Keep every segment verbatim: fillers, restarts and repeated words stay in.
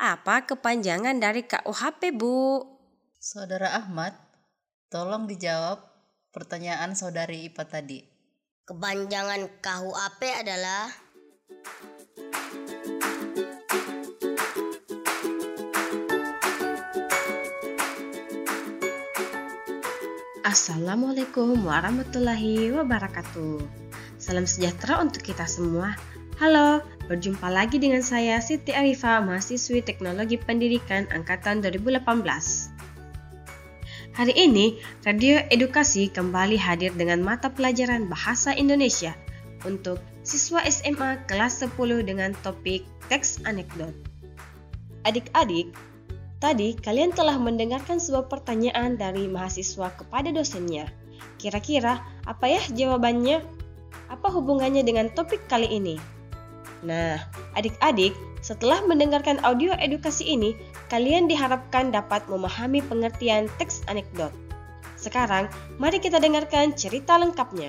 Apa kepanjangan dari K U H P, Bu? Saudara Ahmad, tolong dijawab pertanyaan saudari Ipa tadi. Kepanjangan K U H P adalah Assalamualaikum warahmatullahi wabarakatuh. Salam sejahtera untuk kita semua. Halo, berjumpa lagi dengan saya Siti Arifah, mahasiswi Teknologi Pendidikan Angkatan dua ribu delapan belas. Hari ini, Radio Edukasi kembali hadir dengan mata pelajaran Bahasa Indonesia untuk siswa S M A kelas sepuluh dengan topik teks anekdot. Adik-adik, tadi kalian telah mendengarkan sebuah pertanyaan dari mahasiswa kepada dosennya. Kira-kira apa ya jawabannya? Apa hubungannya dengan topik kali ini? Nah, adik-adik, setelah mendengarkan audio edukasi ini, kalian diharapkan dapat memahami pengertian teks anekdot. Sekarang, mari kita dengarkan cerita lengkapnya.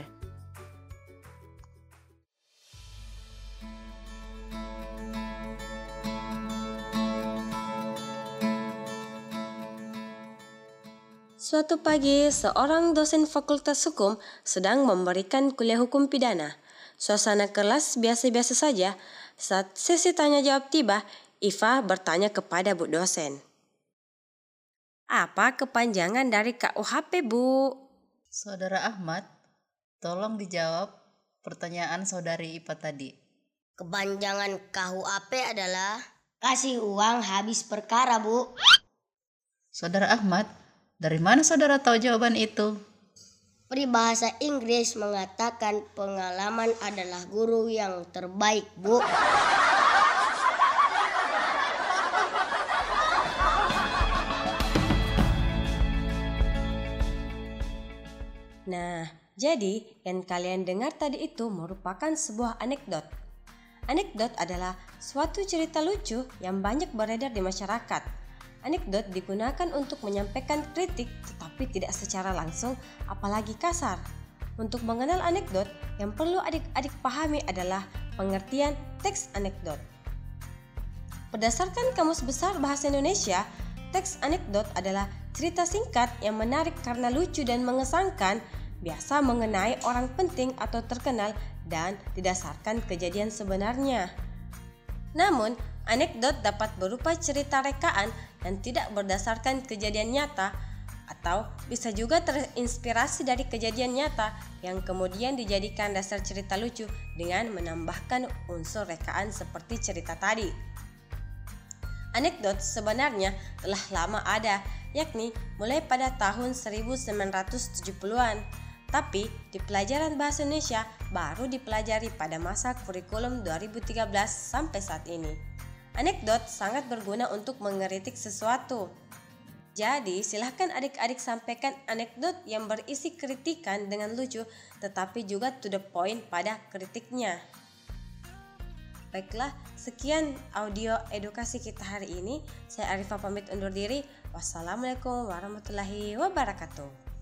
Suatu pagi, seorang dosen Fakultas Hukum sedang memberikan kuliah hukum pidana. Suasana kelas biasa-biasa saja. Saat sesi tanya jawab tiba, Iva bertanya kepada Bu dosen. Apa kepanjangan dari K U H P, Bu? Saudara Ahmad, tolong dijawab pertanyaan saudari Ipa tadi. kepanjangan K U H P adalah kasih uang habis perkara, Bu. Saudara Ahmad, dari mana saudara tahu jawaban itu? Peribahasa Inggris mengatakan pengalaman adalah guru yang terbaik, Bu. Nah, jadi yang kalian dengar tadi itu merupakan sebuah anekdot. Anekdot adalah suatu cerita lucu yang banyak beredar di masyarakat. Anekdot digunakan untuk menyampaikan kritik tetapi tidak secara langsung, apalagi kasar. Untuk mengenal anekdot, yang perlu adik-adik pahami adalah pengertian teks anekdot. Berdasarkan Kamus Besar Bahasa Indonesia, teks anekdot adalah cerita singkat yang menarik karena lucu dan mengesankan, biasa mengenai orang penting atau terkenal dan didasarkan kejadian sebenarnya. Namun, anekdot dapat berupa cerita rekaan yang tidak berdasarkan kejadian nyata atau bisa juga terinspirasi dari kejadian nyata yang kemudian dijadikan dasar cerita lucu dengan menambahkan unsur rekaan seperti cerita tadi. Anekdot sebenarnya telah lama ada, yakni mulai pada tahun seribu sembilan ratus tujuh puluhan. Tapi di pelajaran Bahasa Indonesia baru dipelajari pada masa kurikulum dua ribu tiga belas sampai saat ini. Anekdot sangat berguna untuk mengkritik sesuatu. Jadi silahkan adik-adik sampaikan anekdot yang berisi kritikan dengan lucu tetapi juga to the point pada kritiknya. Baiklah, sekian audio edukasi kita hari ini. Saya Arifah pamit undur diri. Wassalamualaikum warahmatullahi wabarakatuh.